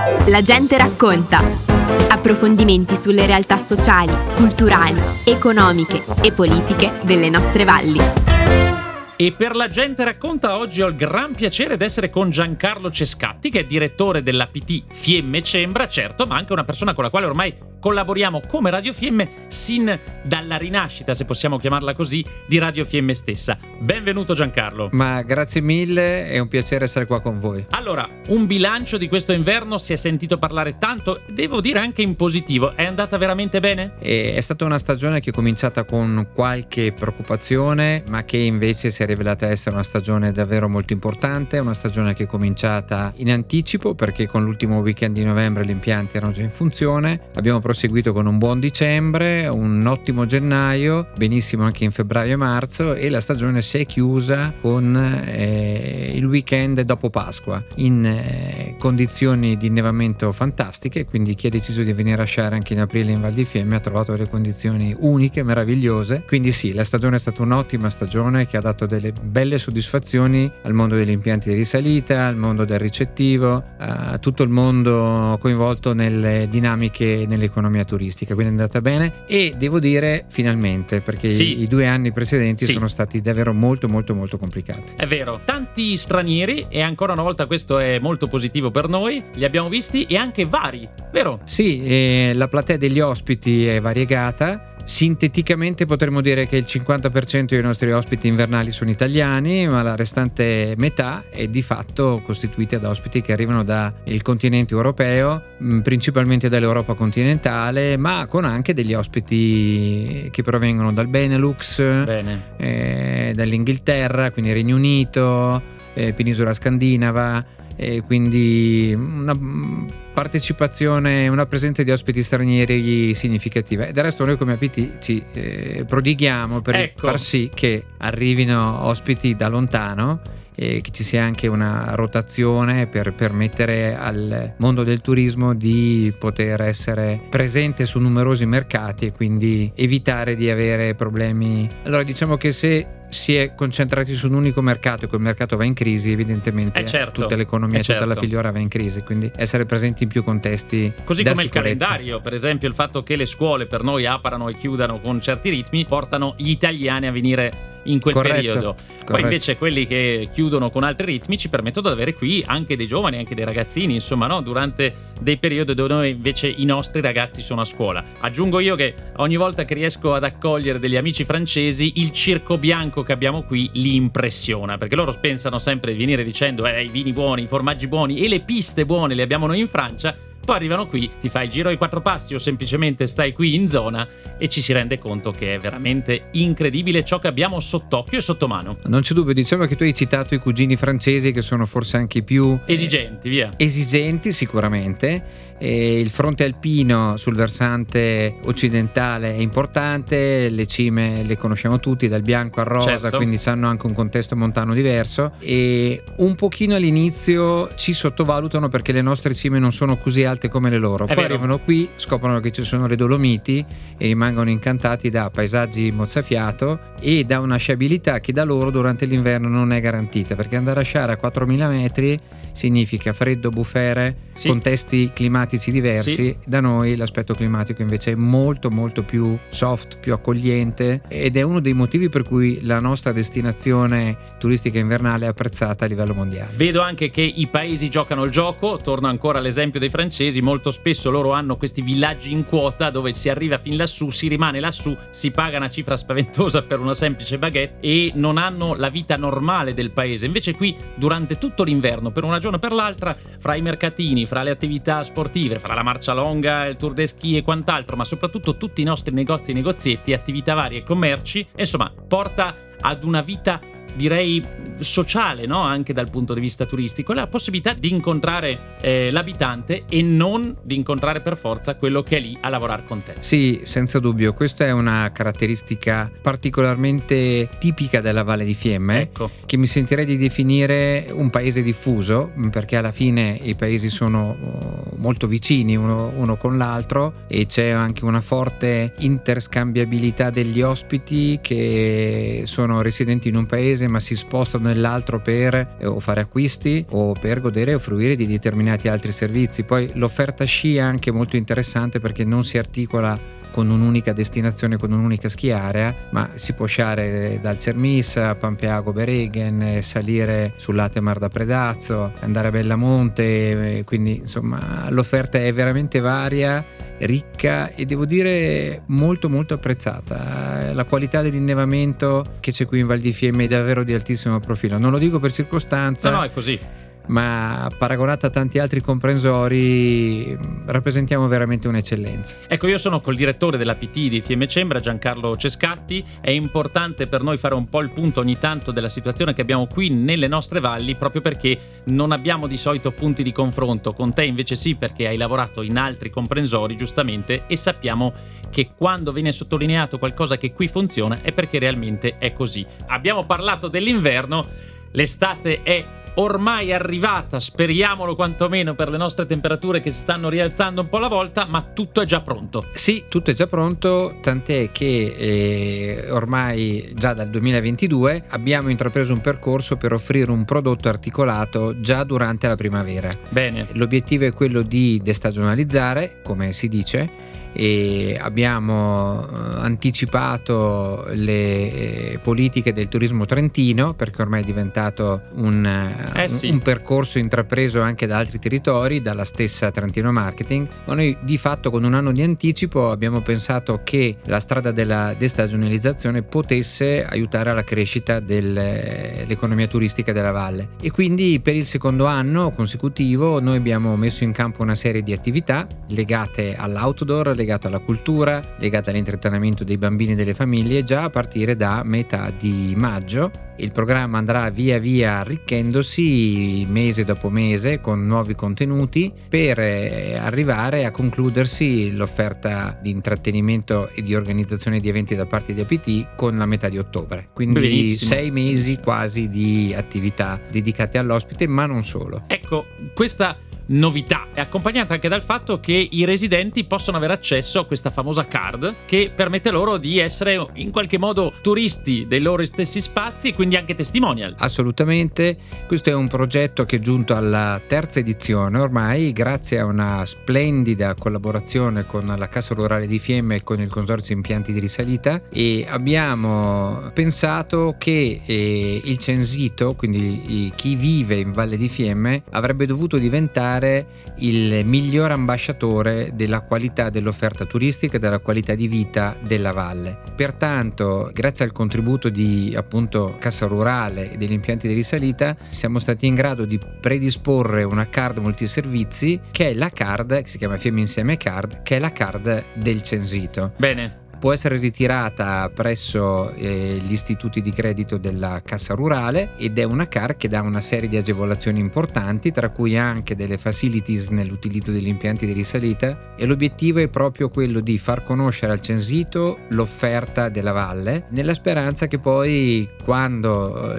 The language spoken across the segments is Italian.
La gente racconta. Approfondimenti sulle realtà sociali, culturali, economiche e politiche delle nostre valli. E per La gente racconta oggi ho il gran piacere di essere con Giancarlo Cescatti, che è direttore dell'APT Fiemme Cembra, certo, ma anche una persona con la quale ormai collaboriamo come Radio Fiemme sin dalla rinascita, se possiamo chiamarla così, di Radio Fiemme stessa. Benvenuto Giancarlo. Ma grazie mille, è un piacere essere qua con voi. Allora, un bilancio di questo inverno, si è sentito parlare tanto, devo dire anche in positivo. È andata veramente bene? È stata una stagione che è cominciata con qualche preoccupazione, ma che invece si è rivelata essere una stagione davvero molto importante, una stagione che è cominciata in anticipo perché con l'ultimo weekend di novembre gli impianti erano già in funzione, abbiamo proseguito con un buon dicembre, un ottimo gennaio, benissimo anche in febbraio e marzo, e la stagione si è chiusa con il weekend dopo Pasqua in condizioni di innevamento fantastiche, quindi chi ha deciso di venire a sciare anche in aprile in Val di Fiemme ha trovato delle condizioni uniche, meravigliose, quindi sì, la stagione è stata un'ottima stagione che ha dato delle belle soddisfazioni al mondo degli impianti di risalita, al mondo del ricettivo, a tutto il mondo coinvolto nelle dinamiche nell'economia turistica, quindi è andata bene e devo dire finalmente, perché sì, i 2 anni precedenti sì, sono stati davvero molto complicati. È vero, tanti stranieri e ancora una volta questo è molto positivo per noi, li abbiamo visti e anche vari, vero? Sì, la platea degli ospiti è variegata. Sinteticamente potremmo dire che il 50% dei nostri ospiti invernali sono italiani, ma la restante metà è di fatto costituita da ospiti che arrivano dal continente europeo, principalmente dall'Europa continentale, ma con anche degli ospiti che provengono dal Benelux, dall'Inghilterra, quindi Regno Unito, penisola scandinava. Quindi una partecipazione, una presenza di ospiti stranieri significativa, e del resto noi come APT ci prodighiamo per far sì che arrivino ospiti da lontano e che ci sia anche una rotazione per permettere al mondo del turismo di poter essere presente su numerosi mercati e quindi evitare di avere problemi. Allora diciamo che se si è concentrati su un unico mercato e quel mercato va in crisi, evidentemente tutta l'economia, tutta la filiera va in crisi, quindi essere presenti in più contesti, così come sicurezza. Il calendario, per esempio il fatto che le scuole per noi aprano e chiudano con certi ritmi portano gli italiani a venire in quel periodo. Poi invece quelli che chiudono con altri ritmi ci permettono di avere qui anche dei giovani, anche dei ragazzini, insomma, no? Durante dei periodi dove noi invece i nostri ragazzi sono a scuola. Aggiungo io che ogni volta che riesco ad accogliere degli amici francesi, il circo bianco che abbiamo qui li impressiona, perché loro pensano sempre di venire dicendo i vini buoni, i formaggi buoni e le piste buone le abbiamo noi in Francia. Poi arrivano qui, ti fai il giro ai 4 passi o semplicemente stai qui in zona e ci si rende conto che è veramente incredibile ciò che abbiamo sott'occhio e sotto mano. Non c'è dubbio, diciamo che tu hai citato i cugini francesi che sono forse anche i più esigenti sicuramente. E il fronte alpino sul versante occidentale è importante, le cime le conosciamo tutti dal bianco al rosa, quindi sanno anche un contesto montano diverso, e un pochino all'inizio ci sottovalutano perché le nostre cime non sono così alte come le loro. Poi arrivano qui, scoprono che ci sono le Dolomiti e rimangono incantati da paesaggi mozzafiato e da una sciabilità che da loro durante l'inverno non è garantita, perché andare a sciare a 4000 metri significa freddo, bufere, contesti climatici diversi. Da noi l'aspetto climatico invece è molto più soft, più accogliente, ed è uno dei motivi per cui la nostra destinazione turistica invernale è apprezzata a livello mondiale. Vedo anche che i paesi giocano il gioco, torno ancora all'esempio dei francesi, molto spesso loro hanno questi villaggi in quota dove si arriva fin lassù, si rimane lassù, si paga una cifra spaventosa per una semplice baguette e non hanno la vita normale del paese. Invece qui durante tutto l'inverno, per una giorno o per l'altra, fra i mercatini, fra le attività sportive, fra la marcia longa, il tour de ski e quant'altro, ma soprattutto tutti i nostri negozi e negozietti, attività varie e commerci, insomma porta ad una vita direi sociale, no? Anche dal punto di vista turistico, la possibilità di incontrare l'abitante e non di incontrare per forza quello che è lì a lavorare con te. Sì, senza dubbio, questa è una caratteristica particolarmente tipica della Valle di Fiemme, che mi sentirei di definire un paese diffuso, perché alla fine i paesi sono molto vicini uno con l'altro e c'è anche una forte interscambiabilità degli ospiti che sono residenti in un paese paese ma si spostano nell'altro per o fare acquisti o per godere o fruire di determinati altri servizi. Poi l'offerta sci è anche molto interessante perché non si articola con un'unica destinazione, con un'unica skiarea, ma si può sciare dal Cermis a Pampeago Bereghen, salire sull'Atemar da Predazzo, andare a Bellamonte, quindi insomma l'offerta è veramente varia, ricca e devo dire molto molto apprezzata. La qualità dell'innevamento che c'è qui in Val di Fiemme è davvero di altissimo profilo, non lo dico per circostanza, no, è così, ma paragonata a tanti altri comprensori rappresentiamo veramente un'eccellenza. Ecco, io sono col direttore della PT di Fiemme Cembra, Giancarlo Cescatti. È importante per noi fare un po' il punto ogni tanto della situazione che abbiamo qui nelle nostre valli, proprio perché non abbiamo di solito punti di confronto. Con te invece sì, perché hai lavorato in altri comprensori giustamente e sappiamo che quando viene sottolineato qualcosa che qui funziona è perché realmente è così. Abbiamo parlato dell'inverno, l'estate è ormai arrivata, speriamolo quantomeno per le nostre temperature che si stanno rialzando un po' alla volta, ma tutto è già pronto. Sì, tutto è già pronto, tant'è che ormai già dal 2022 abbiamo intrapreso un percorso per offrire un prodotto articolato già durante la primavera. Bene. L'obiettivo è quello di destagionalizzare, come si dice, e abbiamo anticipato le politiche del turismo trentino perché ormai è diventato un percorso intrapreso anche da altri territori, dalla stessa Trentino Marketing, ma noi di fatto con un anno di anticipo abbiamo pensato che la strada della destagionalizzazione potesse aiutare alla crescita dell'economia turistica della valle, e quindi per il secondo anno consecutivo noi abbiamo messo in campo una serie di attività legate all'outdoor, legato alla cultura, legato all'intrattenimento dei bambini e delle famiglie già a partire da metà di maggio. Il programma andrà via via arricchendosi mese dopo mese con nuovi contenuti per arrivare a concludersi l'offerta di intrattenimento e di organizzazione di eventi da parte di APT con la metà di ottobre. Quindi benissimo. 6 mesi quasi di attività dedicate all'ospite, ma non solo. Ecco, questa novità è accompagnata anche dal fatto che i residenti possono avere accesso a questa famosa card che permette loro di essere in qualche modo turisti dei loro stessi spazi e quindi anche testimonial. Assolutamente, questo è un progetto che è giunto alla terza edizione ormai grazie a una splendida collaborazione con la Cassa Rurale di Fiemme e con il Consorzio Impianti di Risalita, e abbiamo pensato che il censito, quindi chi vive in Valle di Fiemme, avrebbe dovuto diventare il miglior ambasciatore della qualità dell'offerta turistica e della qualità di vita della valle. Pertanto, grazie al contributo di appunto Cassa Rurale e degli impianti di risalita, siamo stati in grado di predisporre una card multiservizi che è la card, che si chiama Fiemme Insieme Card, che è la card del censito. Bene. Può essere ritirata presso gli istituti di credito della Cassa Rurale ed è una card che dà una serie di agevolazioni importanti, tra cui anche delle facilities nell'utilizzo degli impianti di risalita, e l'obiettivo è proprio quello di far conoscere al censito l'offerta della valle, nella speranza che poi quando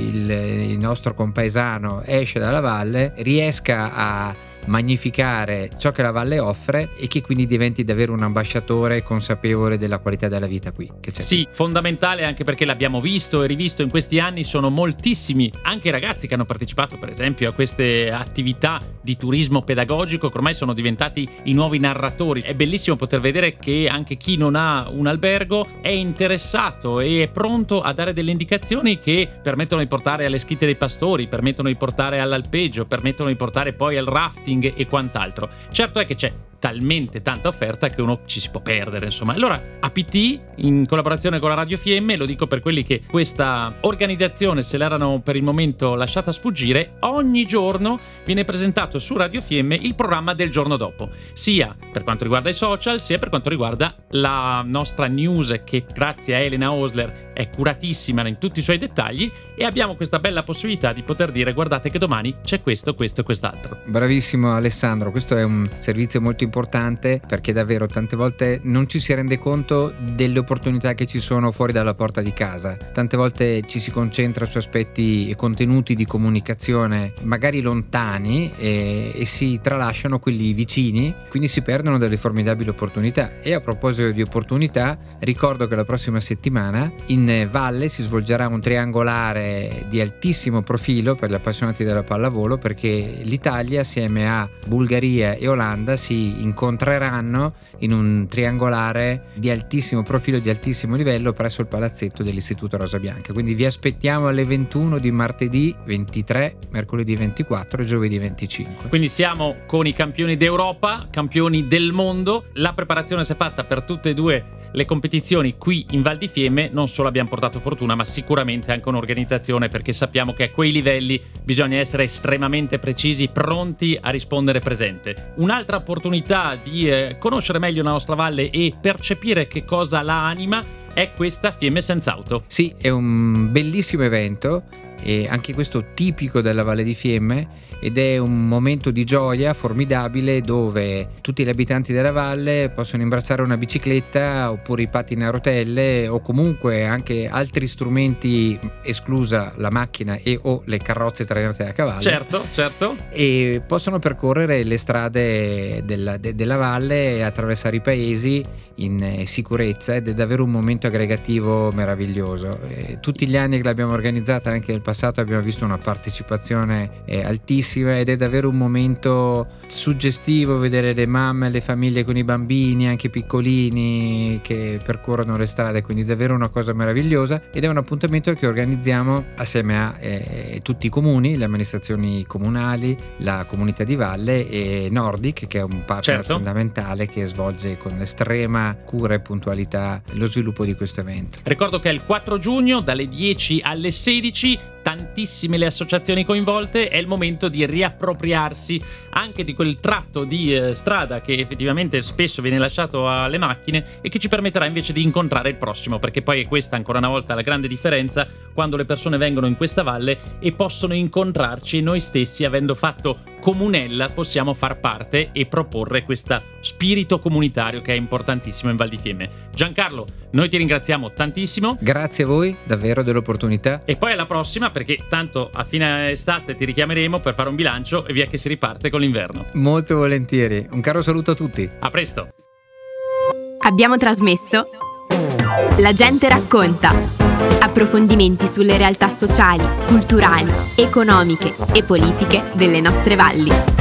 il nostro compaesano esce dalla valle riesca a magnificare ciò che la valle offre e che quindi diventi davvero un ambasciatore consapevole della qualità della vita qui che c'è. Sì, fondamentale, anche perché l'abbiamo visto e rivisto in questi anni. Sono moltissimi anche i ragazzi che hanno partecipato per esempio a queste attività di turismo pedagogico che ormai sono diventati i nuovi narratori. È bellissimo poter vedere che anche chi non ha un albergo è interessato e è pronto a dare delle indicazioni che permettono di portare alle schitte dei pastori, permettono di portare all'alpeggio, permettono di portare poi al rafting e quant'altro. Certo è che c'è talmente tanta offerta che uno ci si può perdere, insomma. Allora APT, in collaborazione con la Radio Fiemme, lo dico per quelli che questa organizzazione se l'erano per il momento lasciata sfuggire, ogni giorno viene presentato su Radio Fiemme il programma del giorno dopo, sia per quanto riguarda i social, sia per quanto riguarda la nostra news, che grazie a Elena Osler è curatissima in tutti i suoi dettagli, e abbiamo questa bella possibilità di poter dire: guardate che domani c'è questo, questo e quest'altro. Bravissimo Alessandro, questo è un servizio molto importante, perché davvero tante volte non ci si rende conto delle opportunità che ci sono fuori dalla porta di casa. Tante volte ci si concentra su aspetti e contenuti di comunicazione magari lontani e si tralasciano quelli vicini, quindi si perdono delle formidabili opportunità. E a proposito di opportunità, ricordo che la prossima settimana in Valle si svolgerà un triangolare di altissimo profilo per gli appassionati della pallavolo, perché l'Italia assieme a Bulgaria e Olanda si incontreranno in un triangolare di altissimo profilo, di altissimo livello presso il palazzetto dell'Istituto Rosa Bianca. Quindi vi aspettiamo alle 21 di martedì 23, mercoledì 24 e giovedì 25. Quindi siamo con i campioni d'Europa, campioni del mondo. La preparazione si è fatta per tutte e due le competizioni qui in Val di Fiemme. Non solo abbiamo portato fortuna, ma sicuramente anche un'organizzazione, perché sappiamo che a quei livelli bisogna essere estremamente precisi, pronti a rispondere presente. Un'altra opportunità di conoscere meglio la nostra valle e percepire che cosa la anima è questa Fiemme Senza Auto. Sì, è un bellissimo evento, e anche questo tipico della Valle di Fiemme, ed è un momento di gioia formidabile dove tutti gli abitanti della valle possono imbracciare una bicicletta oppure i pattini a rotelle o comunque anche altri strumenti, esclusa la macchina e o le carrozze trainate da cavallo. Certo. E possono percorrere le strade della valle e attraversare i paesi in sicurezza, ed è davvero un momento aggregativo meraviglioso. Tutti gli anni che l'abbiamo organizzata, anche nel passato, abbiamo visto una partecipazione altissima, ed è davvero un momento suggestivo vedere le mamme e le famiglie con i bambini anche piccolini che percorrono le strade, quindi davvero una cosa meravigliosa. Ed è un appuntamento che organizziamo assieme a tutti i comuni, le amministrazioni comunali, la comunità di valle e Nordic, che è un partner fondamentale che svolge con estrema cura e puntualità lo sviluppo di questo evento. Ricordo che è il 4 giugno dalle 10 alle 16, tantissime le associazioni coinvolte. È il momento di riappropriarsi anche di quel tratto di strada che effettivamente spesso viene lasciato alle macchine e che ci permetterà invece di incontrare il prossimo, perché poi è questa ancora una volta la grande differenza: quando le persone vengono in questa valle e possono incontrarci, noi stessi, avendo fatto comunella, possiamo far parte e proporre questo spirito comunitario che è importantissimo in Val di Fiemme. Giancarlo, noi ti ringraziamo tantissimo. Grazie a voi davvero dell'opportunità. E poi alla prossima, perché tanto a fine estate ti richiameremo per fare un bilancio e via che si riparte con l'inverno. Molto volentieri. Un caro saluto a tutti. A presto. Abbiamo trasmesso La gente racconta. Approfondimenti sulle realtà sociali, culturali, economiche e politiche delle nostre valli.